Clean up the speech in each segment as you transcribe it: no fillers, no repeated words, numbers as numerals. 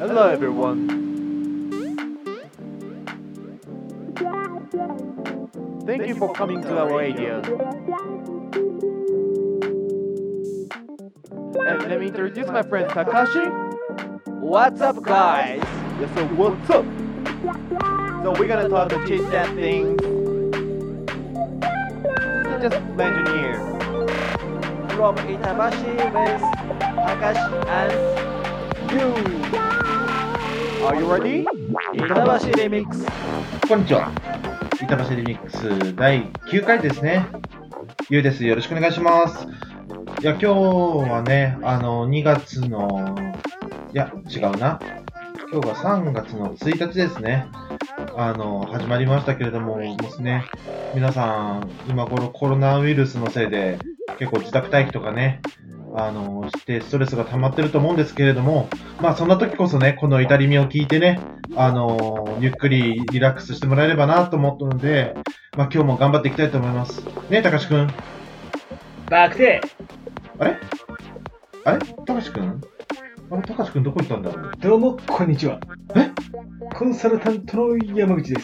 Hello everyone. Thank you for coming to our area. And let me introduce my friend Takashi. What's up, guys? Yes, so what's up? So we're gonna talk to chit chat things. So just mention here. From Itabashi with Takashi and you. Are you ready? Itabashi Remix. こんにちは。板橋リミックス第9回ですね。ゆうです。よろしくお願いします。いや、今日はね、2月の、いや、違うな。今日が3月の1日ですね。始まりましたけれどもですね、皆さん、今頃コロナウイルスのせいで、結構自宅待機とかね、してストレスが溜まってると思うんですけれども、まあそんな時こそね、このイタリミを聞いてね、ゆっくりリラックスしてもらえればなと思ったので、まあ今日も頑張っていきたいと思います。ね、たかしくん。 バクテあれたかしくんたかしくんどこ行ったんだろう。 どうも、こんにちは。 えコンサルタントの山口です。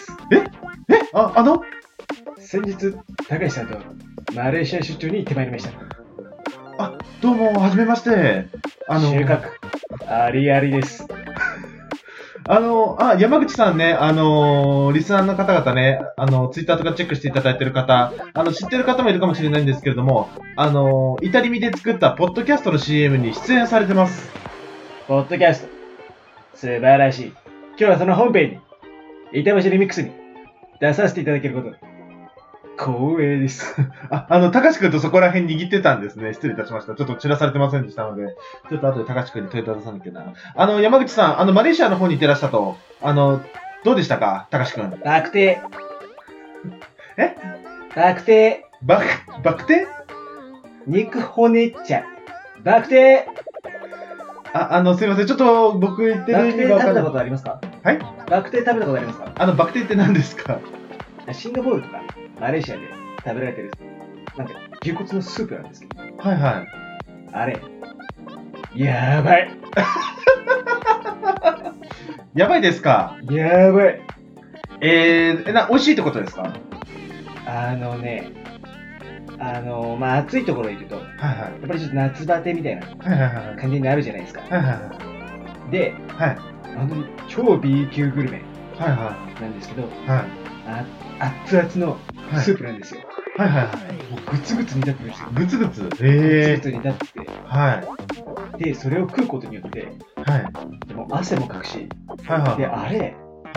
先日、高橋さんとマレーシア出張に行ってまいりました。 どうも、はじめまして。 収穫、ありありです。 山口さんね、リスナーの方々ね、ツイッターとかチェックしていただいている方、知ってる方もいるかもしれないんですけれども、イタリミで作ったポッドキャストの CM に出演されてます。 ポッドキャスト、素晴らしい。今日はその本編に、板橋リミックスに出させていただけること、光栄です。 たかしくんとそこら辺握ってたんですね。失礼いたしました。ちょっと散らされてませんでしたので、ちょっと後でたかしくんに問いたださなきゃな。山口さん、マレーシアの方に行ってらしたと、どうでしたかたかしくん。 バクテえバクテバクテ肉骨茶バクテすいません。ちょっと僕言ってる意味が分かんない。 食べたことありますか？ はいバクテ食べたことありますか？ バクテって何ですか？ シンガポールとかマレーシアで食べられてるなんか牛骨のスープなんですけど、 はいはい。 あれやばいやばいですか？ やばい。 美味しいってことですか？ まあ暑いところにいると、 はいはい。 やっぱりちょっと夏バテみたいなはいはいはい。 感じになるじゃないですか。 はいはいはい。 で、 はい本当に超 B 級グルメはいはなんですけど、 い。はい。 熱々のスープなんですよ。 はいはいはい。 もうグツグツ煮立ってるんですよ。 グツグツ。 グツグツ煮立ってはい。 で、それを食うことによって、 はい。 でも汗もかくし、 はいはい。 で、あれ、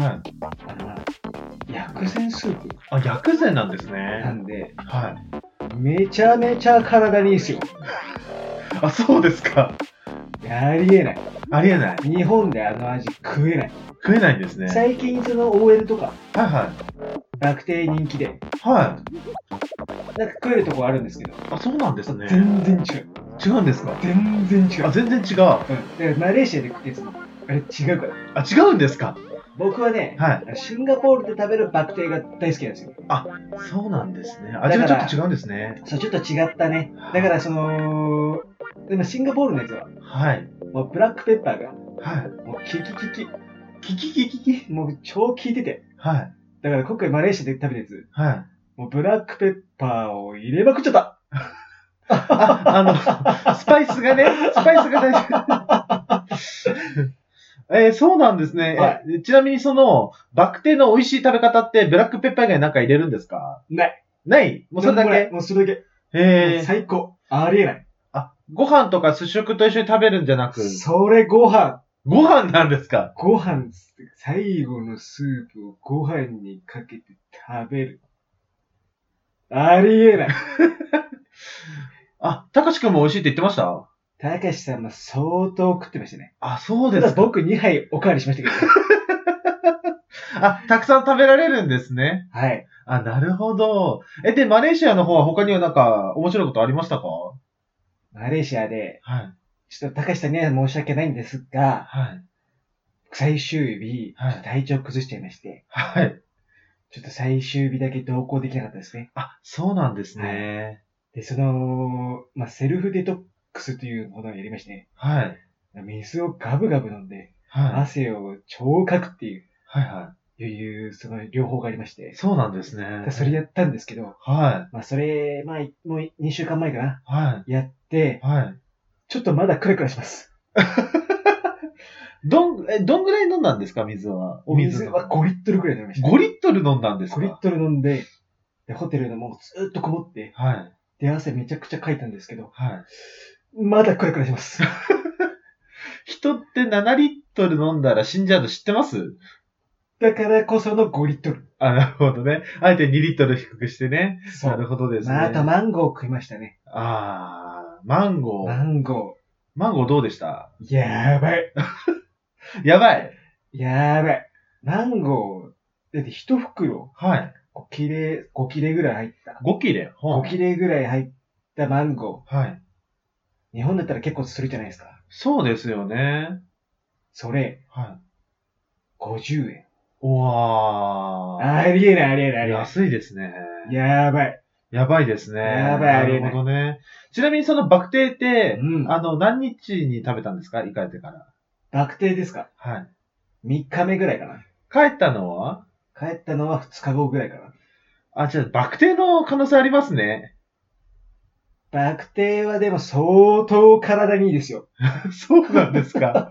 はい。 薬膳スープ薬膳なんですなね。 んで、 はい。 めちゃめちゃ体にいいですよ。 そうですか。 ありえない。 ありえない。 日本であの味食えない。 食えないんですね。 最近その OL とか、 はいはい。 バクテ人気で、 はい。 なんか食えるとこあるんですけど、 そうなんですね。 全然違う。 違うんですか？ 全然違う。 全然違う。 だからマレーシアで食ってるやつも、あれ違うから。 違うんですか？ 僕はね、 はい。 シンガポールで食べるバクテが大好きなんですよ。 そうなんですね。味がちょっと違うんですね。 そう、ちょっと違ったね。だからでもシンガポールのやつは、 はい。 もうブラックペッパーが、 はい。 もうキキキキキキキキ。 もう超効いてて。 はい。 だから今回マレーシアで食べたやつ、 はい。 もうブラックペッパーを入れまくっちゃった。 スパイスが大事。そうなんですね。 はちなみにバクテの美味しい食べ方ってブラックペッパー以外なんか入れるんですか？ないもうそれだけ？ もうそれだけ。 へー。 最高。ありえない。 ご飯とか主食と一緒に食べるんじゃなく。 それご飯。 ご飯なんですか？ ご飯、最後のスープをご飯にかけて食べる。ありえない。 たかしくんも美味しいって言ってました？ たかしさんも相当食ってましたね。 そうですか。 僕2杯おかわりしましたけどね。 たくさん食べられるんですね。 はい。 なるほど。で、マレーシアの方は他にはなんか面白いことありましたか？ マレーシアで、 はい。 ちょっとたかしさんには申し訳ないんですが、 はい。 最終日、 はいちょっと体調崩しちゃいまして、 はい。 ちょっと最終日だけ同行できなかったですね。 そうなんですね。 で、セルフデトックスというものをやりまして、 はい。 水をガブガブ飲んで、 はい。 汗を超かくっていう、 はいはその両方がありましてい。。そうなんですね。 それやったんですけど、 はい。 まあそれ、まあもう2週間前かな。 はい。 やって、 はい。 ちょっとまだクラクラします。 どんぐらい飲んだんですか、水は。お水水は5リットルくらい飲みました。 5リットル飲んだんですか。 5リットル飲んで、でホテルでもうずーっとこもって、 はい。 で、汗めちゃくちゃかいたんですけど、 はい。 まだクラクラします。 人って7リットル飲んだら死んじゃうの知ってます？ だからこその5リットル。 あ、なるほどね。あえて2リットル低くしてね。 そう。 なるほどですね。 まあ、あとマンゴー食いましたね。 マンゴー。 マンゴマンゴーどうでした？ ー。やばい。 やばい。 やばい。マンゴー、だって1袋はい。 5切れぐらい入った。 5切れ。 5切れぐらい入ったマンゴはい。 ー。日本だったら結構するじゃないですか。 そうですよね。 それ、 はい。 50円。 うわー。 ありえない、ありえない、ありえない。 安いですね。 やばい。 やばいですね。 やばいありえないなるほどね。ちなみにそのバクテーって、 うん何日に食べたんですか？行かれてから。 バクテーですか？ はい。 3日目ぐらいかな。 帰ったのは？ 帰ったのは2日後ぐらいかな。 あ、じゃあバクテーの可能性ありますね。 バクテーはでも相当体にいいですよ。 そうなんですか。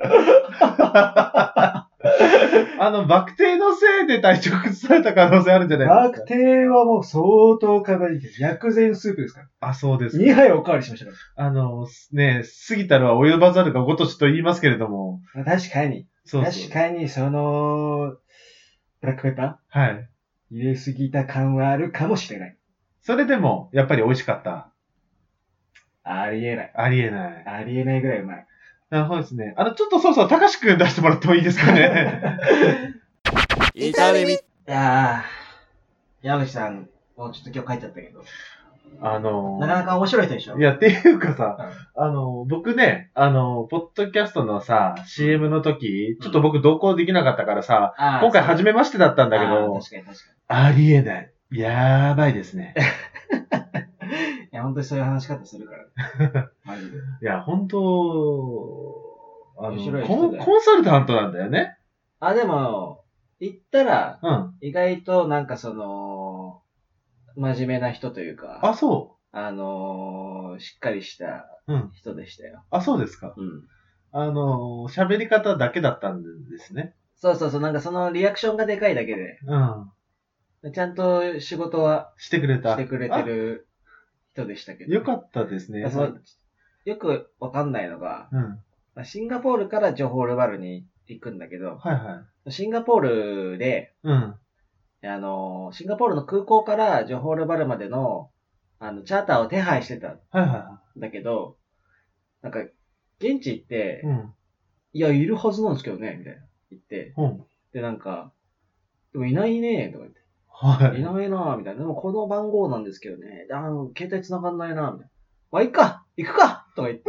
バクテーのせいで体調崩された可能性あるんじゃないですか。 バクテーはもう相当体にいいです。薬膳スープですから。 あ、そうです。 2杯おかわりしましたかね、過ぎたるは及ばざるがごとしと言いますけれども。 ら。確かに。 そうそう。 確かに、ブラックペッパはい。 ー入れすぎた感はあるかもしれない。 それでも、やっぱり美味しかった。 ありえない。 ありえない。 ありえないぐらいうまい。 なるほどですね。ちょっとそろそろ高志くん出してもらってもいいですかね。 イタレミ。 いやー、山口さん、もうちょっと今日帰っちゃったけど。なかなか面白い人でしょ？ いや、っていうかさ、僕ね、ポッドキャストのさ、CM の時、ちょっと僕同行できなかったからさ、今回初めましてだったんだけど、 確かに確かありえない。やばいですね。 に。いや、本当にそういう話し方するから。マジで。 いや、本当面白い人だよコンサルタントなんだよね。 でも、言ったら、 うん。 意外となんか真面目な人というか、 あ、そしっかりしたう。うん。 人でしたよ。 あ、そうですか。 うん。 喋り方だけだったんですね。 そうそうそう、なんかそのリアクションがでかいだけで、 うん。 ちゃんと仕事はしてくれた。 してくれてる人でしたけど。 よかったですね。 よくわかんないのが、 うん。 シンガポールからジョホールバルに行くんだけど、 はいはい。 シンガポールで、 うん。 シンガポールの空港からジョホールバルまでの、チャーターを手配してたんはいはだけど、なんか、現地行って、 いはい。うん。 いや、いるはずなんですけどね、みたいな。言って。 うん。 で、なんか、でもいないね、とか言って。 はい。 いないな、みたいな。でもこの番号なんですけどね。携帯繋がんないな、みたいな。まあ、いっか行くかとか言って。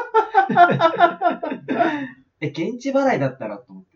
現地払いだったらと思って。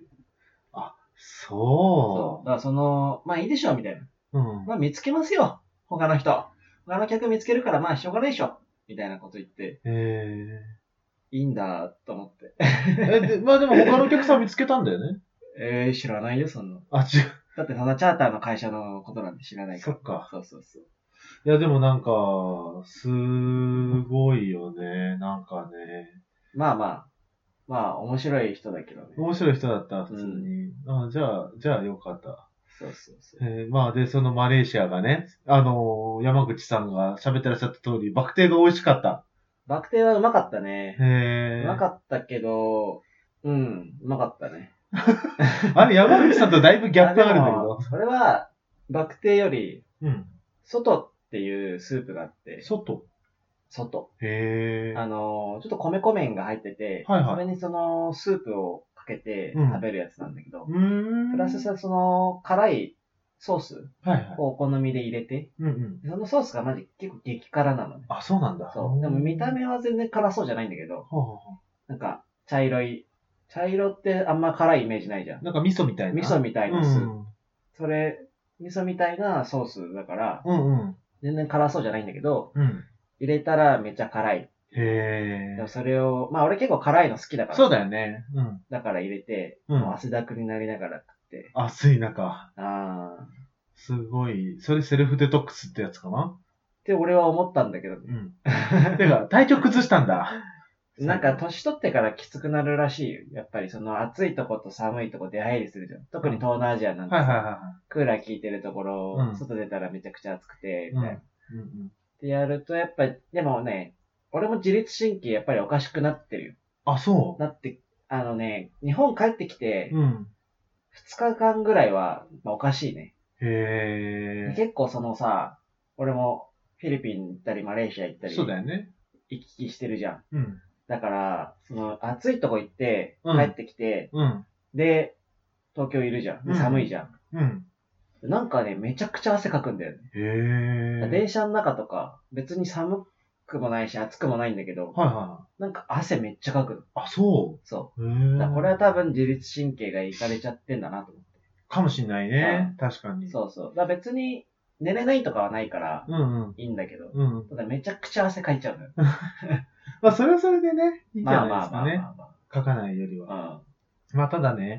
そだからまあいいでしょ、みたいな。 う。うん。 まあ見つけますよ。他の人。他の客見つけるから、まあしょうがないでしょ。みたいなこと言って、いいんだ、と思って。 まあでも他のお客さん見つけたんだよね。 知らないよ、そんな。 あ、違う。 だってそんなチャーターの会社のことなんて知らないから。 そっか。 そうそうそう。 いやでもなんか、すごいよね。なんかね。 まあ、面白い人だけどね。 面白い人だった、普通に。じゃあよかった。 そうそうそう。 まあで、そのマレーシアがね、山口さんが喋ってらっしゃった通り、バクテーが美味しかった。 バクテーはうまかったね。うまかっったけど、うまかったね。 た。あれ、山口さんとだいぶギャップあるんだけど。 それは、バクテーより、 うん。 外っていうスープがあって、 外。 外。 へちょっと米粉麺が入ってて、 はいはいそれにスープをかけて食べるやつなんだけど、プラスさ、辛いソースはいはい。 をお好みで入れて、 うんうん。 そのソースがマジ結構激辛なのね。 あ、そうなんだ。 そう。でも見た目は全然辛そうじゃないんだけど、 ほうほうほなんか茶色ってあんま辛いイメージないじゃん。 なんか味噌みたいな。 味噌みたいなスープ。 うんそれ、味噌みたいなソースだから、 うんうん。 全然辛そうじゃないんだけど、 うん。 入れたらめっちゃ辛い。 へでもそれを、まあ俺結構辛いの好きだから。 そうだよね。うん。 だから入れて、 うんもう汗だくになりながら食って。 暑い中。 あすごい。それセルフデトックスってやつかな？ って俺は思ったんだけどね。 うん。てか、体調崩したんだ。 なんか年取ってからきつくなるらしいよ。やっぱりその暑いとこと寒いとこ出入りするじゃん。特に東南アジアなんてさ、 はいはいはいはクーラー効いてるところ、 うん外出たらめちゃくちゃ暑くて、 い。 みたいな。 うんうん。 ってやるとやっぱり、でもね、俺も自律神経やっぱりおかしくなってるよ。 あ、そだって、日本帰ってきてう。、うん。 2日間ぐらいは、まあ、おかしいね。 へ結構そのさ、俺もフィリピン行ったりマレーシア行ったり、 そうだよね。 行き来してるじゃん。 うん。 だから、その暑いとこ行って、 うん帰ってきて、 うん。 で、東京いるじゃん。でうん寒いじゃん。 うん。 なんかね、めちゃくちゃ汗かくんだよね。 へ電車の中とか、別に寒くもないし暑くもないんだけど、 はいはい。 なんか汗めっちゃかくの。 あ、そそう。 う。へだからこれは多分自律神経がいかれちゃってんだなと思って。 かもしんないね。確かに。 そうそう。だから別に寝れないとかはないからうんうん。 いいんだけど、 うん。 ただめちゃくちゃ汗かいちゃうのよ。 まあ、それはそれでね、いいんじゃないまあまあですかね。 まあまあま書かないよりは。 あ。 まあ、ただね、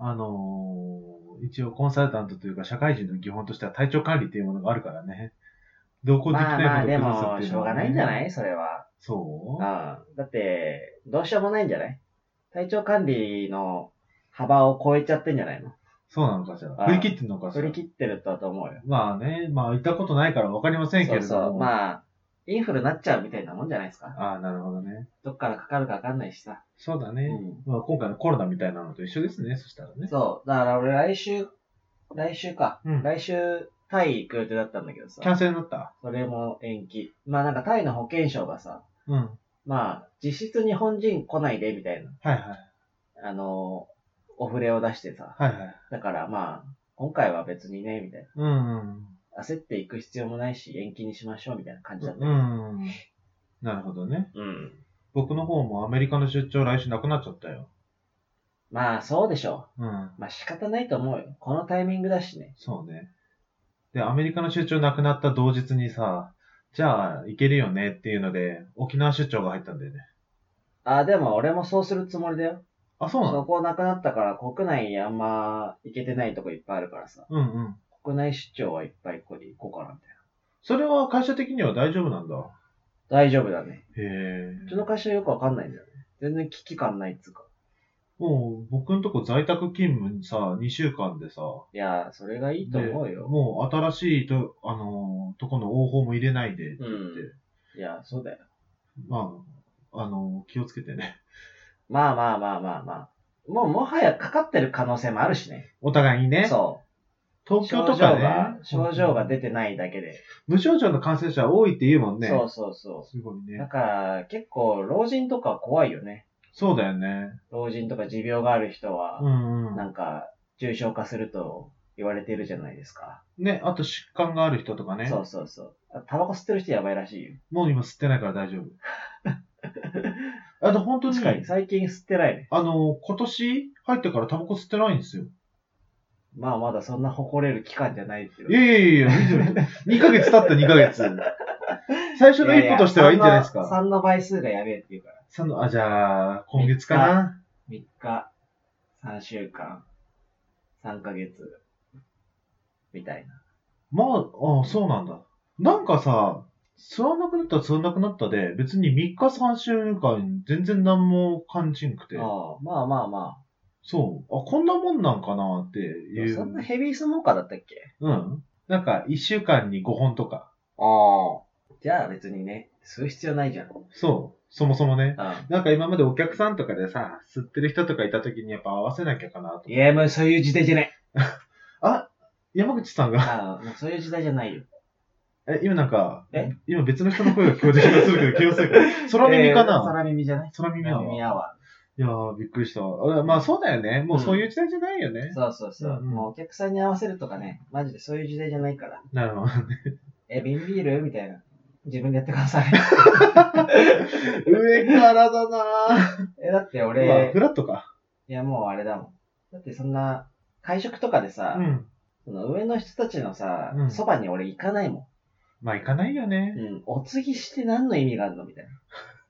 一応コンサルタントというか社会人の基本としては体調管理っていうものがあるからね。同行できまあまあ、でないことを崩すっも、 ていうのは、ね。 しょうがないんじゃないそれは。 そうだって、どうしようもないんじゃない体調管理の幅を超えちゃってんじゃないのそうなのかしら。 ああ振り切ってんのかしら。 振り切ってると思うよ。 まあね、まあ行ったことないからわかりませんけれども。 そうそう。まあ、インフルなっちゃうみたいなもんじゃないですか。 ああ、なるほどね。 どっからかかるかわかんないしさ。 そうだね。 うまあ今回のコロナみたいなのと一緒ですね、そしたらね。 そう。だから俺来週か。 うん来週、タイ行く予定だったんだけどさ。 キャンセルになった。 それも延期。まあなんかタイの保健省がさ、 うん。はいまあ、実質日本人来ないでみたいな、 はい。 お触れを出してさ。 はいはい。 だからまあ、今回は別にね、みたいうんうん。 な。焦っていく必要もないし、延期にしましょうみたいな感じだった。 うん。なるほどね。 うん。 僕の方もアメリカの出張来週なくなっちゃったよ。 まあ、そうでしょうん。 う。まあ仕方ないと思うよ。このタイミングだしね。 そうね。で、アメリカの出張なくなった同日にさ、じゃあ行けるよねっていうので、沖縄出張が入ったんだよね。 あ、でも俺もそうするつもりだよ。 あ、そうなその？ こなくなったから国内あんま行けてないとこいっぱいあるからさ。 うんうん。 国内出張はいっぱい行こうかなみたいな。 それは会社的には大丈夫なんだ。 大丈夫だね。 へえ。 うちの会社よくわかんないんだよね。全然危機感ないっつうか。 もう、僕んとこ在宅勤務にさ、2週間でさ、 いやー、それがいいと思うでよ。 もう新しいと、とこの応報も入れないでって言って、 いや、そうだよ。 まあ、気をつけてね。 まあまあまあまあまあ。もはやかかってる可能性もあるしね。 お互いにね。 そう。 東京とかね。 症状が出てないだけで。 無症状の感染者多いって言うもんね。 そうそうそすごいうだね。 から、結構、老人とか怖いよね。 そうだよね。 老人とか持病がある人は、 うんうん。 なんか、重症化すると言われてるじゃないですか。 ね、あと疾患がある人とかね。 そうそうそう。タバコ吸ってる人やばいらしいよ。 もう今吸ってないから大丈夫。あと本当に、 確かに、最近吸ってないね。 今年入ってからタバコ吸ってないんですよ。 まあまだそんな誇れる期間じゃないですよ。 いやいやいや、2ヶ月経った2ヶ月。最初の一歩としてはいいんじゃないですか。 3の倍数がやべえって言うから。 じゃあ、今月かな。 3日、3週間、3ヶ月、みたいな。 まあ、そうなんだ。なんかさ、吸わなくなったら吸わなくなったで、別に3日3週間全然何も感じんくて。 ああ、まあまあまそう。こんなもんなんかなってあ。 いう。 そんなヘビースモーカーだったっけ？ うん。なんか1週間に5本とか。 ああ。じゃあ別にね、吸う必要ないじゃん。 そう。そもそもね。 うん。 なんか今までお客さんとかでさ、吸ってる人とかいた時にやっぱ合わせなきゃかなと。 いや、もうそういう時代じゃない。 山口さんが、 ああ、もうそういう時代じゃないよ。 今なんか、 え今別の人の声が聞こえてきまするけど、気をつけて。空耳かな、 空耳じゃない？ 空耳空耳アワいやー、びっくりした。まあそうだよね。もうそういう時代じゃないよねー。。そうそうそう。 うんうんもうお客さんに合わせるとかね、マジでそういう時代じゃないから。 なるほどね。 瓶ビールみたいな。自分でやってください。 上からだなだってまあ、 俺フ、ラットか。 いやもうあれだもん。だってそんな、会食とかでさ、 うん。 その上の人たちのさう、んそばに俺行かないもまあ行かないよん。 ね。 お継ぎして何の意味があるのみたいな。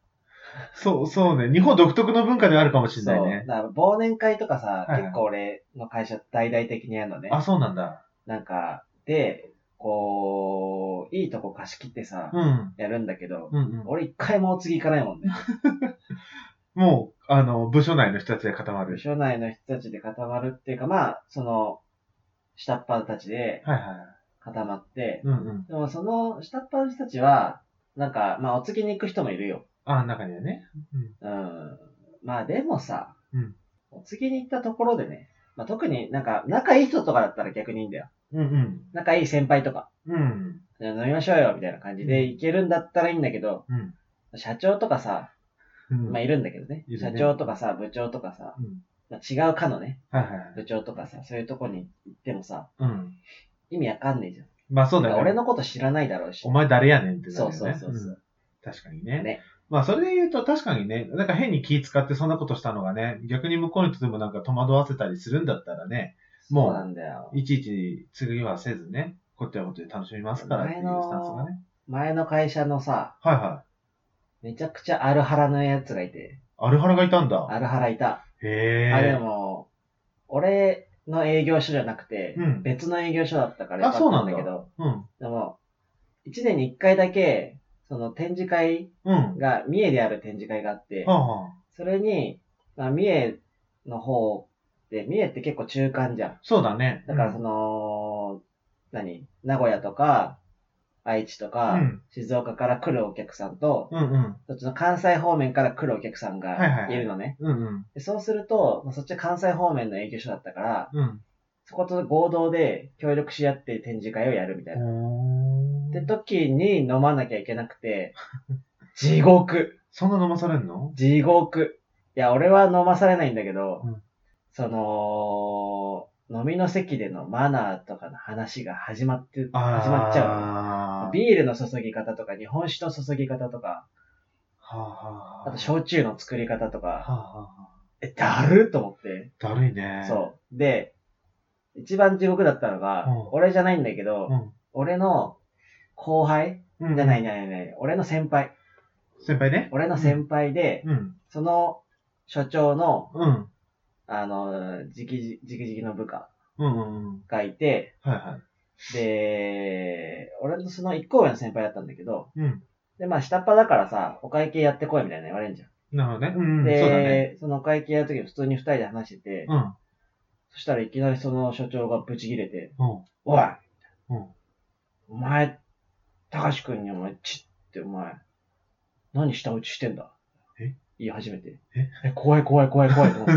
そうね。日本独特の文化ではあるかもしれないそう。 ね。 だから忘年会とかさ、 はいはい結構俺の会社大々的にやるのね。 あ、そうなんだ。 なんか、で、こう、いいとこ貸し切ってさ、 うん。 やるんだけど、 うんうん。 俺一回もお次行かないもんね。 もう、部署内の人たちで固まる。 部署内の人たちで固まるっていうか、まあ、下っ端たちではいはい。 固まって、 うんうん。 でもその下っ端の人たちは、なんか、まあ、お次に行く人もいるよ。 あ、中にはね。 まあ、でもさ、 うんお次に行ったところでね、まあ、特になんか、仲いい人とかだったら逆にいいんだよ。 うんうん。 仲いい先輩とか、 うん。 飲みましょうよ、みたいな感じで行けるんだったらいいんだけど、 うん。 社長とかさ、 うん。 まあ、いるんだけどね。 いるね社長とかさ、部長とかさ、 うん。 まあ、違う課のね、 はいはい。 部長とかさ、そういうとこに行ってもさ、 うん。 意味わかんねえじゃん。 まあそうだよね。 俺のこと知らないだろうし。 お前誰やねんってなるよね。 そうそうそうそう。 確かにね。 ね。 まあそれで言うと確かにね、なんか変に気使ってそんなことしたのがね、逆に向こうにとってもなんか戸惑わせたりするんだったらね、もうそうなんだよ。 いちいち次はせずね、こっちはこっちで楽しみますからっていうスタンスがね。 前の会社のさ、 はいはい。 めちゃくちゃアルハラのやつがいて、 アルハラがいたんだ。 アルハラいた。 へあ、でえ。 も、俺の営業所じゃなくて、 うん別の営業所だったからよあ、 かっそうなんだ。 たんだけど、 うん。 でも、1年に1回だけ、その展示会うん。 が、三重である展示会があっては、あはあ。 それに、まあ、三重の方で、三重って結構中間じゃん。 そうだね。 だからその、名古屋とか、愛知とか、 うん静岡から来るお客さんと、 うんうん。 そっちの関西方面から来るお客さんはいはいはいがいるのね。 うんうん。 でそうすると、まあそっち関西方面の営業所だったから、 うん。 そこと合同で協力し合って展示会をやるみたいな。って時に飲まなきゃいけなくて、地獄。 そんな飲まされんの地獄。いや、俺は飲まされないんだけど、 うん飲みの席でのマナーとかの話が始まっちゃうの。 あー。 ビールの注ぎ方とか、日本酒の注ぎ方とか、 はあはあ。 あと焼酎の作り方とはあか、 はあはあ。 だるっと思って。 だるいね。 そう。で、一番地獄だったのが、 うん俺じゃないんだけど、 うん。 俺の後輩うん。 じゃない、俺の先輩。 先輩ね。 俺の先輩で、 うん。 その所長の、 うん。 直々の部下うんうんうん。 がいて、 はいはで、俺のその一個上の先輩だったんだけど、 い。うん。 で、まあ下っ端だからさ、お会計やってこいみたいな言われるじゃん。 なるほどね。うん。 で、 そうだね。 そのお会計やるとき普通に二人で話してて、 うん。 そしたらいきなりその所長がブチ切れて、 うん。 おい、 うん。 お前、高橋くんにお前、ってお前、何下打ちしてんだえ言い始めて。 え怖いと思って。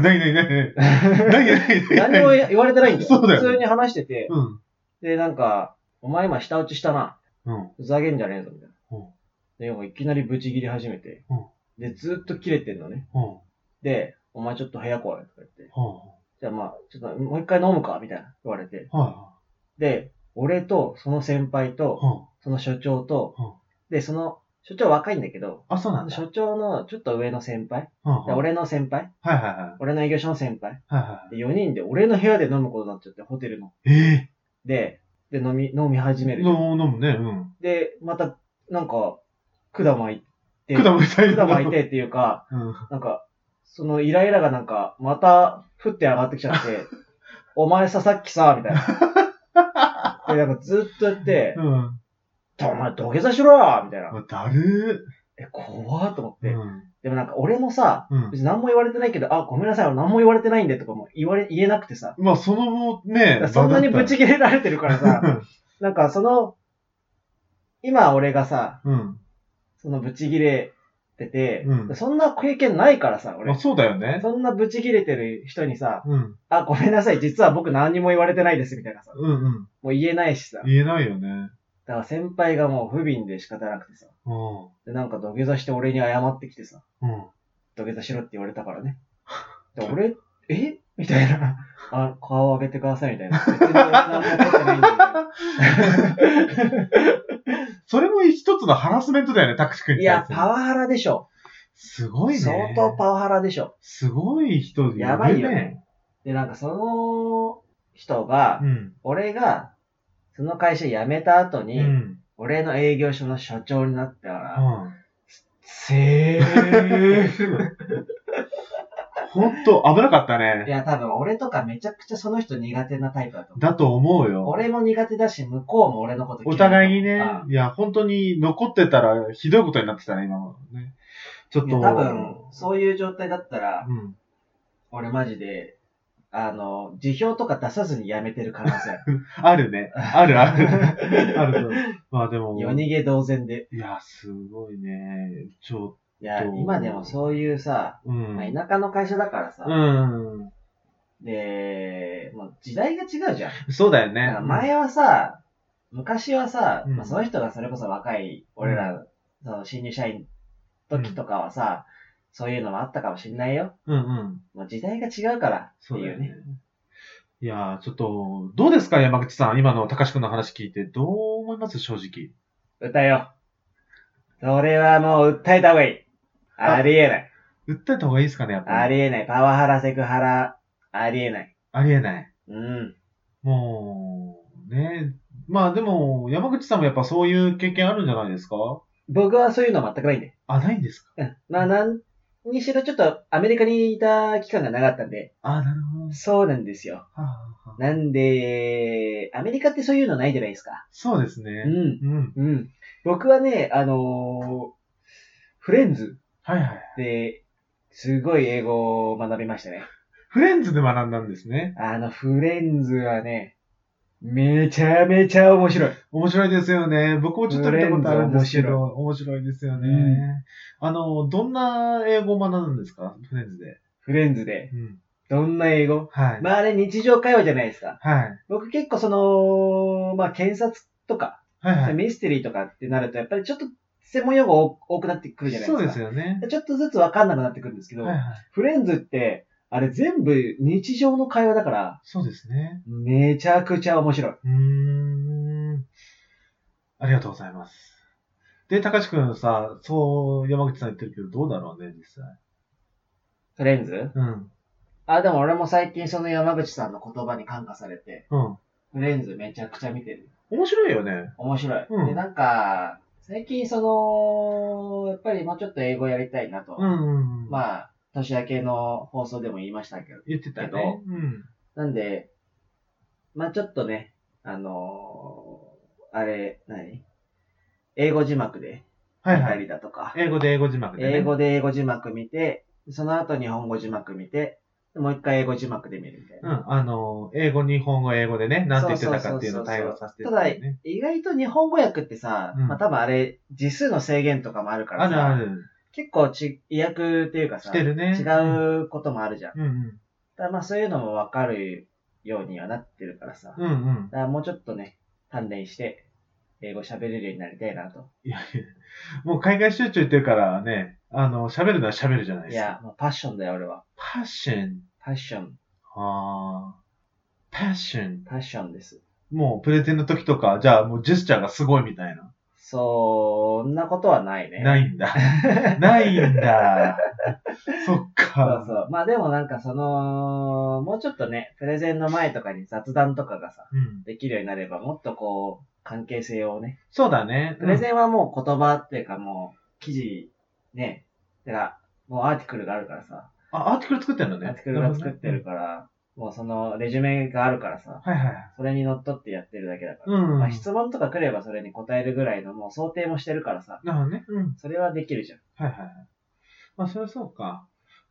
何何も言われてないんだよ。 そうだよ普通に話してて、 うん。 で、なんか、お前今下打ちしたな。 うん。 ふざけんじゃねえぞ、みたいな。 うんで、なんかいきなりブチ切り始めて、 うんで、ずっと切れてんのね。 うん。 で、お前ちょっと部屋来い、とか言って。 はじゃあまあ、ちょっともう一回飲むか、みたいな言われて。 あ。はで、俺と、その先輩あ。 と、 はその所長とうん、 で、その、所長若いんだけど、 あ。あ、そうなんだ。 所長のちょっと上の先輩、 はあ。 俺の先輩、 はいはいはい。 俺の営業所の先輩、 はいはで、4人で俺の部屋で飲むことになっちゃって、ホテルの。 い。えで、飲み始めえ。 るじゃん。 飲むね。うん。 で、また、なんか、管巻いて、 管巻いてっていうか、 うん。 なんか、そのイライラがなんか、また、降って上がってきちゃって、お前さっきさ、みたいな。で、なんかずっとやって、 うん。 お前土下座しろよみたいな。 だる怖ーと思っー。 て。 うん。 でもなんか俺もさ、 うん別に何も言われてないけど、あ、ごめんなさい、俺何も言われてないんでとかも言えなくてさ。 まあ、そのね、 そんなにブチ切れられてるからさ、 うん。 なんか今俺がさ、 うん。 そのブチ切れてて、 うんそんな経験ないからさ、俺まあ、。そうだよね。 そんなブチ切れてる人にさ、 うん。 あ、ごめんなさい、実は僕何にも言われてないです、みたいなさ。 うんうん。 もう言えないしさ。 言えないよね。 だから先輩がもう不憫で仕方なくてさ。 うで、なんか土下座して俺に謝ってきてさ。 ん。うん。 土下座しろって言われたからね。で俺、みたいな。あ、顔を上げてくださいみたいな。別に俺何も怒ってないんだみたいな。 それも一つのハラスメントだよね、タクシー君いやに対、する。 パワハラでしょ。 すごいね。 相当パワハラでしょ。 すごい人いるね。 やばいよね。で、なんかその人が、 うん。 俺が、その会社辞めた後に、 うん。 俺の営業所の所長になってから、 セーフ。 ほんと危なかったいね。 や、多分俺とかめちゃくちゃその人苦手なタイプだと思う。 だと思うよ。 俺も苦手だし、向こうも俺のこと嫌おいだと思う。 互いにね、いや、本当に残ってたらひどいことになってたね、今もね。ちょっと。 いや多分、そういう状態だったら、 うん。 俺マジで、辞表とか出さずに辞めてる可能性ある。 あるね。あるある。あると。まあでも。 夜逃げ同然で。 いや、すごいね。 いや、今でもそういうさ、 うん。 まあ、田舎の会社だからさ、 うん。 で、もう時代が違うじゃん。 そうだよね。 だから前はさ、昔はさ、 うんまあ、その人がそれこそ若い、俺ら、その新入社員時とかはさ、そういうのもあったかもしんないよ。 うんうん。 もう時代が違うからっていね。 そうだよね。いやー、ちょっと、どうですか、山口さん。今の高橋くんの話聞いて、どう思います正直。 歌よ。それはもう訴えた方がいい。ありえない。 訴えた方がいいですかね、やっぱり。 ありえない。パワハラ、セクハラ、ありえない。 ありえない。 うん。 もう、ね。まあでも、山口さんもやっぱそういう経験あるんじゃないですか？ 僕はそういうの全くないんで。 あ、ないんですか？ うん。まあ、何にしろちょっとアメリカにいた期間が長かったんで。 あ、なるほど。 そうなんですよ。 はあはあ、 なんで、アメリカってそういうのないじゃないですか。 そうですね。 うん。 うん。 うん。僕はね、フレンズはいはい。 で、すごい英語を学びましたね。 フレンズで学んだんですね。 フレンズはね、めちゃめちゃ面白い。 面白いですよね。僕もちょっと見たことあるんですけど、面白いですよね。どんな英語を学んだんですか？フレンズで。 フレンズで。 うん。 どんな英語？ はい。 まああれ日常会話じゃないですか。 はい。 僕結構まあ検察とか、 はいはい。 ミステリーとかってなると、やっぱりちょっと専門用語多くなってくるじゃないですか。 そうですよね。 ちょっとずつわかんなくなってくるんですけど、 はいはい。 フレンズって、あれ全部日常の会話だから、 そうですね。 めちゃくちゃ面白い。 ありがとうございます。で、高橋くんさ、そう、山口さん言ってるけど、どうだろうね、実際。 フレンズ？ うん。 でも俺も最近その山口さんの言葉に感化されて、 うん。 フレンズめちゃくちゃ見てる。 面白いよね。 面白い。 うんで、なんか、最近やっぱりもうちょっと英語やりたいなと。 うん。 まあ、年明けの放送でも言いましたけど。 言ってたね。うん。 なんで、まあちょっとね、英語字幕で見たはいはい。 りだとか、 英語で英語字幕でね。 英語で英語字幕見て、その後日本語字幕見て、もう一回英語字幕で見るみたいな。 英語、日本語、英語でね、なんて言ってたかっていうのを対応させてるただ、 ね。 意外と日本語訳ってさ、まあ多分あれ、字数の制限とかもあるからさ、 ある。 結構意訳っていうかさ、 してるね。 違うこともあるじゃん。 うんうん。 だからまあそういうのもわかるようにはなってるからさ、 うんうん。 だからもうちょっとね、鍛錬して、英語喋れるようになりたいなと。 いやいや、もう海外集中言ってるからね、喋るのは喋るじゃないですか。 いや、もうパッションだよ、俺は。 パッション。 パッション。 パッション。 パッションです。 もうプレゼンの時とか、じゃあもうジェスチャーがすごいみたいな。 そんなことはないね。 ないんだ。ないんだ。そっそうか。 そう。まあでもなんかもうちょっとね、プレゼンの前とかに雑談とかがさ、 うん。 できるようになれば、もっとこう、関係性をね。 そうだね。 プレゼンはもう言葉っていうかもう、記事、ね。だから、もうアーティクルがあるからさ。 アーティクル作ってんのね。 アーティクルが作ってるから、もうその、レジュメがあるからさ。 はいはい。 それにのっとってやってるだけだから。 うん。 まあ質問とか来ればそれに答えるぐらいのもう想定もしてるからさ。 なるほどね。うん。 それはできるじゃん。 はいはいはい。まあ、それはそうか。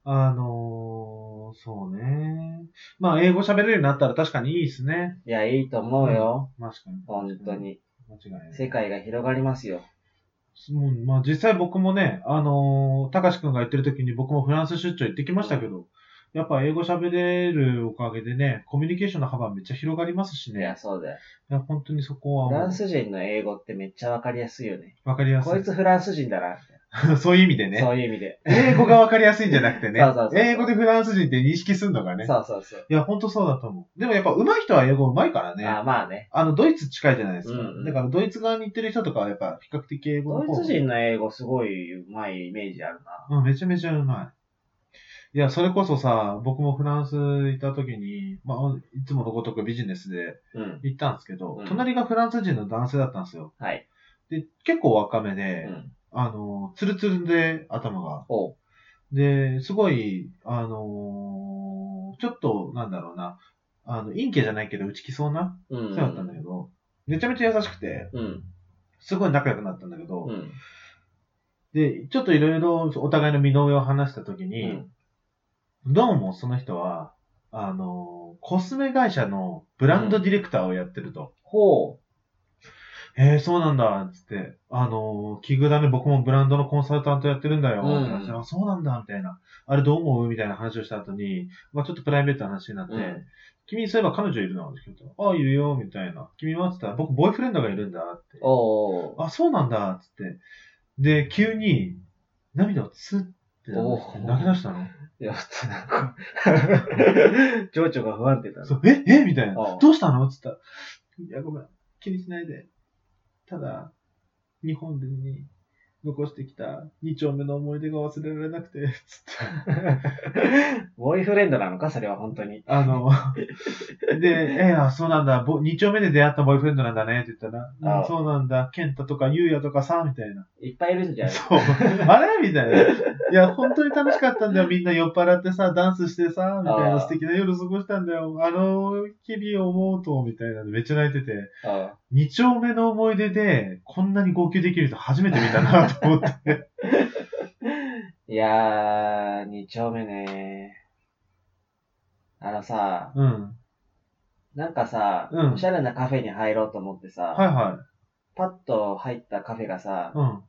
そうね。まあ、英語喋れるようになったら確かにいいですね。 いや、いいと思うよ。 確かに。 本当に。 間違いない。 世界が広がりますよ。 まあ、実際僕もね、たかしくんが言ってる時に僕もフランス出張行ってきましたけど、やっぱ英語喋れるおかげでね、コミュニケーションの幅めっちゃ広がりますしね。 いや、そうだよ。 いや、本当にそこはフランス人の英語ってめっちゃわかりやすいよね。 わかりやすい。 こいつフランス人だな。 そういう意味でね。 そういう意味で。 英語がわかりやすいんじゃなくてね。 そうそうそう英語でフランス人って認識するのがね。 そうそうそう。 いや、本当そうだと思う。でもやっぱ上手い人は英語上手いからね。 まあね。 ドイツ近いじゃないですか。 うんうんだからドイツ側に行ってる人とかはやっぱ比較的英語の方ドイツ人の英語すごい上手いイメージあるな。 うん、めちゃめちゃうまい。いや、それこそさ、僕もフランス行った時に、まあ、いつものごとくビジネスで行ったんですけど、 うん隣がフランス人の男性だったんですよ。 はい。 で、結構若めで、 ツルツルで頭が。 おう。 で、すごい、ちょっと、なんだろうな、陰キャじゃないけど、内気そうなうん。 人だったんだけど、めちゃめちゃ優しくて、 うん。 すごい仲良くなったんだけど、 うん。 で、ちょっといろいろお互いの身の上を話したときうに、 ん。 どうもその人は、コスメ会社のブランドディレクターをやってると。 ほそうなんだ、つって、奇遇だね、僕もブランドのコンサルタントやってるんだよ、 うんって話してあ、そうなんだ、みたいな。あれどう思うみたいな話をした後に、まあちょっとプライベートな話になって、 うん君そういえば彼女いるのって聞いたら、あ、いるよ、みたいな。君はって言ったら、僕ボーイフレンドがいるんだ、って。 おー。 あ、そうなんだ、つって。で、急に、涙をツッって泣き出したの。 いや、普通なんか、情緒が不安定だな。 そうみたいな。 ああどうしたのって言ったら、いや、ごめん、気にしないで。ただ、日本でに残してきた2丁目の思い出が忘れられなくて、つって。 ボーイフレンドなのかそれは本当に。 で、そうなんだ、2丁目で出会ったボーイフレンドなんだね、って言ったら、 ああそうなんだ、ケンタとかユウヤとかさ、みたいな。 いっぱいいるんじゃないそう。あれみたいな。いや、本当に楽しかったんだよ。みんな酔っ払ってさ、ダンスしてさ、みたいな素敵な夜過ごしたんだよ。日々を思うと、みたいなのめっちゃ泣いてて、 あ 2丁目の思い出で、こんなに号泣できる人初めて見たなと思って。 いやー、2丁目ね。さ、 うん。 なんかさ、 うんおしゃれなカフェに入ろうと思ってさ、 はいはい。 パッと入ったカフェがさ、 うん。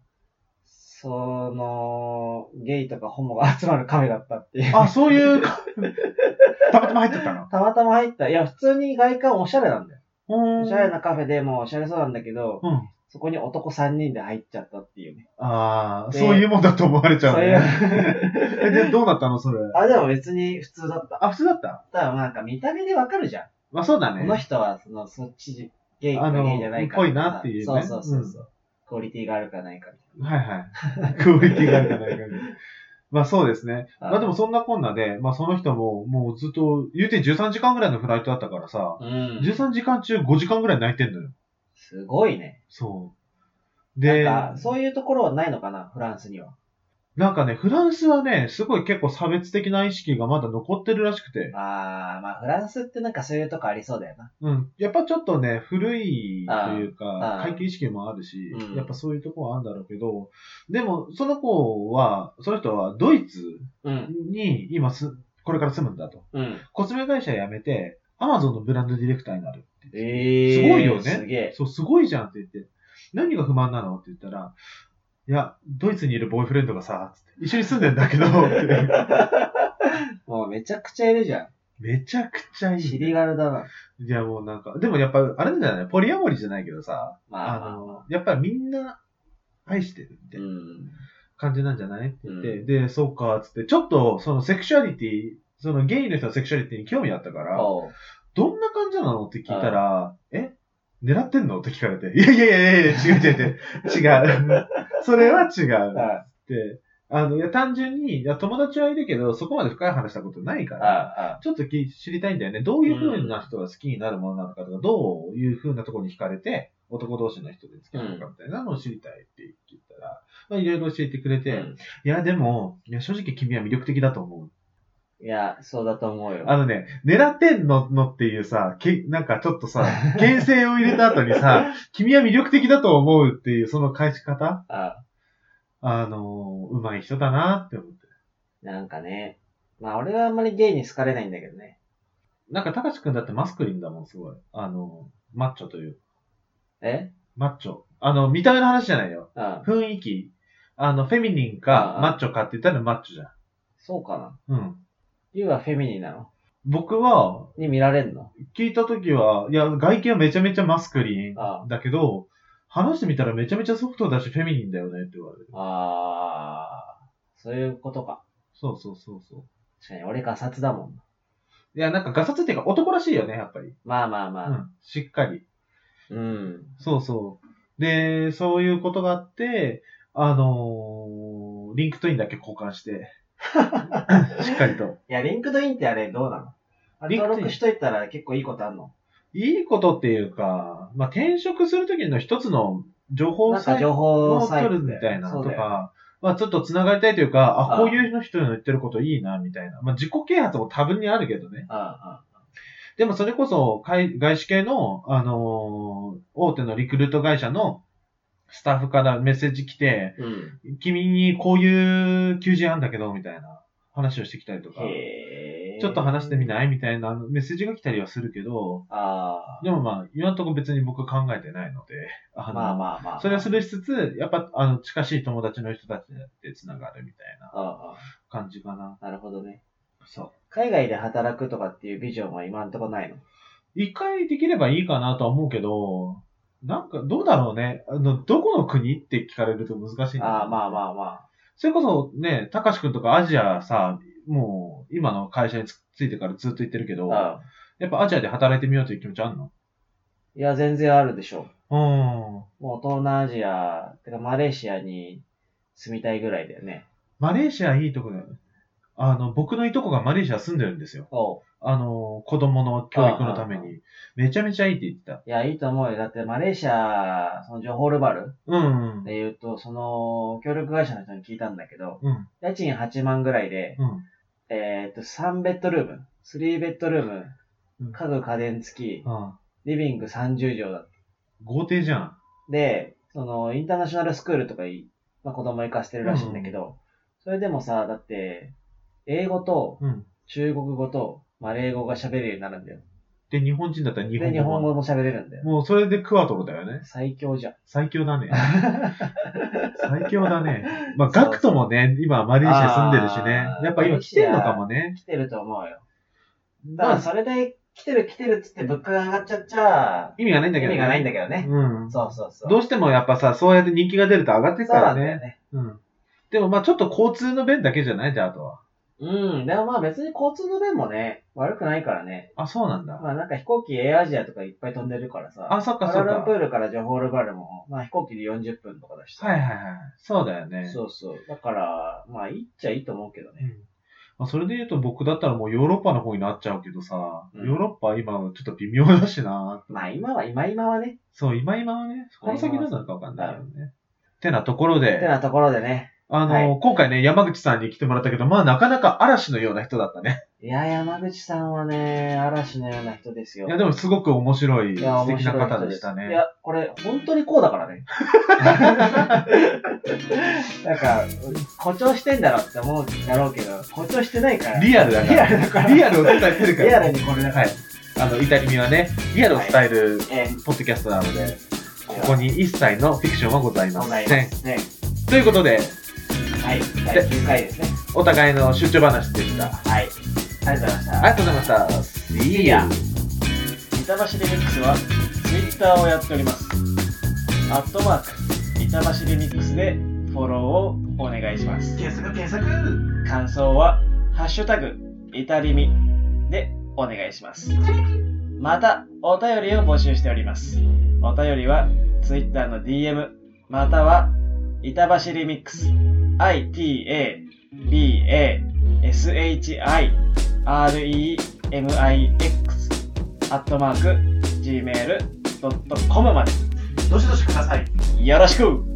ゲイとかホモが集まるカフェだったっていう。 あ、そういう、たまたま入っちゃったの。 たまたま入った。いや、普通に外観おしゃれなんだよ。おしゃれな。 なカフェでもうおしゃれそうなんだけど、 うん。 そこに男3人で入っちゃったっていうね。 ああ、 でそういうもんだと思われちゃうそうね。 いう。 で、どうなったのそれ。 あ、でも別に普通だった。 あ、普通だっただからなんか見た目でわかるじゃん。 まあそうだね。 この人はそっちゲイかゲイじゃないかぽいなっていうね。 そうそうそうそう、クオリティがあるかないかみたいはいはい。クオリティがあるかないかみたいな。まあそうですね。 な。 まあでもそんなこんなで、まあその人ももうずっと、言うて13時間ぐらいのフライトだったからさ、 うん。 13時間中5時間ぐらい泣いてんのよ。 すごいね。 そう。で、 なんか、そういうところはないのかな、フランスには。 なんかね、フランスはね、すごい結構差別的な意識がまだ残ってるらしくて、 まあフランスってなんかそういうとこありそうだよな。 うん。やっぱちょっとね、古いというああ、 か階級意識もあるしうん、 やっぱそういうとこはあるんだろうけど、でも、その人はドイツうん。 に今これから住むんだと。 うん。 コスメ会社辞めて、アマゾンのブランドディレクターになるって言って。 すすごいよね。 すげえ。 そう、すごいじゃんって言って。何が不満なのって言ったら、いや、ドイツにいるボーイフレンドがさ、つって一緒に住んでんだけど、ってもうめちゃくちゃいるじゃん。 めちゃくちゃいい。 尻軽だな。 いや、もうなんか、でもやっぱ、あれなんじゃないポリアモリじゃないけどさ、 まあまあまやっぱりみんな愛してるみたいなうん。 感じなんじゃないって言って、で、そうか、つって、ちょっとそのセクシュアリティ、そのゲイの人のセクシュアリティに興味あったから、 おう。 どんな感じなのって聞いたら、狙ってんのって聞かれて、いや、違う。それは違う。って、いや、単純に、いや、友達はいるけど、そこまで深い話したことないから、ちょっと知りたいんだよね。どういう風な人が好きになるものなのかとか、どういう風なところに惹かれて、男同士の人で好きなのかみたいなのを知りたいって言ったら、まあ、いろいろ教えてくれて、いや、でも、正直君は魅力的だと思う。 いや、そうだと思うよ。 狙ってんのっていうさ、なんかちょっとさ、牽制を入れた後にさ、君は魅力的だと思うっていうその返し方うまい人だなって思って。 なんかね。まあ俺はあんまりゲイに好かれないんだけどね。 なんか、高橋くんだってマスクリンだもん、すごい。マッチョという。マッチョ。見た目の話じゃないよ。雰囲気。フェミニンかマッチョかって言ったらマッチョじゃん。 そうかな。 うん。 ユウはフェミニンなの僕は、 に見られんの聞いたときは、いや、外見はめちゃめちゃマスクリンだけど、話してみたらめちゃめちゃソフトだしフェミニンだよねって言われる。 そういうことか。 そう。 確かに俺ガサツだもん。 いや、なんかガサツっていうか男らしいよね、やっぱり。 まあ。 うん、しっかり。 うん。 そう。で、そういうことがあって、リンクトインだけ交換して、しっかりと。 いや、リンクドインってあれどうなの登録しといたら結構いいことあんの？ いいことっていうか、まあ、転職するときの一つの情報なんか情報をサイト取るみたいなとそうだよか、まあちょっと繋がりたいというか、 ああこういう人の言ってることいいな、みたいな。まあ自己啓発も多分にあるけどね。でもそれこそ外資系の、大手のリクルート会社のスタッフからメッセージ来て、君にこういう求人あんだけど、みたいな話をしてきたりとか、ちょっと話してみないみたいなメッセージが来たりはするけど、でもまあ、今のところ別に僕考えてないので、それをするしつつ、やっぱ、近しい友達の人たちで繋がるみたいな感じかな。 なるほどね。 そう。 海外で働くとかっていうビジョンは今のところないの？ 一回できればいいかなとは思うけど、なんか、どうだろうね。どこの国って聞かれると難しいんだよね。 まあ。 それこそね、たかしくんとかアジアさ、もう、今の会社についてからずっと言ってるけど、やっぱアジアで働いてみようという気持ちあるの？ いや、全然あるでしょ。 もう東南アジア、てかマレーシアに住みたいぐらいだよね。 マレーシアいいとこだよ。僕のいとこがマレーシア住んでるんですよ。子供の教育のために。めちゃめちゃいいって言ってた。 いや、いいと思うよ。だってマレーシア、そのジョホールバルで言うと、その、協力会社の人に聞いたんだけど、家賃8万ぐらいで、3ベッドルーム、3ベッドルーム、家具家電付き、リビング30畳だった。 豪邸じゃん。 で、その、インターナショナルスクールとか子供行かせてるらしいんだけど、それでもさ、だって、英語と中国語とマレー語が喋れるようになるんだよ。 で、日本人だったら日本語。 で、日本語も喋れるんだよ。 もうそれでクワトロだよね。 最強じゃん。 最強だね。最強だね。まあ、ガクトもね、今マレーシア住んでるしね。やっぱ今来てるのかもね。 来てると思うよ。だからそれで来てるっつって物価が上がっちゃっちゃ、 意味がないんだけどね。 意味がないんだけどね。そう。 どうしてもやっぱさ、そうやって人気が出ると上がってくからね。でもまあちょっと交通の便だけじゃないじゃん、あとは。でもまあ別に交通の便もね、悪くないからね。 あ、そうなんだ。 まあなんか飛行機エアアジアとかいっぱい飛んでるからさ。 そっか。 クアラルンプールからジョホールバルも、まあ飛行機で40分とかだしさ。 はい。そうだよね。 そう。だから、まあいいっちゃいいと思うけどね。 まあそれで言うと僕だったらもうヨーロッパの方になっちゃうけどさ、ヨーロッパ今はちょっと微妙だしな。 まあ今はね。 そう、今はね。この先どうなるかわかんないよね。てなところでね。今回ね、山口さんに来てもらったけど、まあなかなか嵐のような人だったね。 いや、山口さんはね、嵐のような人ですよ。 いや、でもすごく面白い、素敵な方でしたね。 いや、これ、本当にこうだからね。なんか、誇張してんだろって思うだろうけど、誇張してないから。 リアルだから。リアルを伝えてるから。 リアルにこれだから。 イタリミはね、リアルを伝えるポッドキャストなので、ここに一切のフィクションはございません。ということで、 はい、第9回ですね。 お互いの出張話でした。 はい。ありがとうございました。 ありがとうございました。 See ya! 板橋リミックスは Twitter をやっております。板橋リミックスでフォローをお願いします。 検索感想は、ハッシュタグ、イタリミでお願いします。また、お便りを募集しております。お便りは Twitter の DM、または、板橋リミックス、itabashiremix@gmail.com までどしどしください。 よろしく。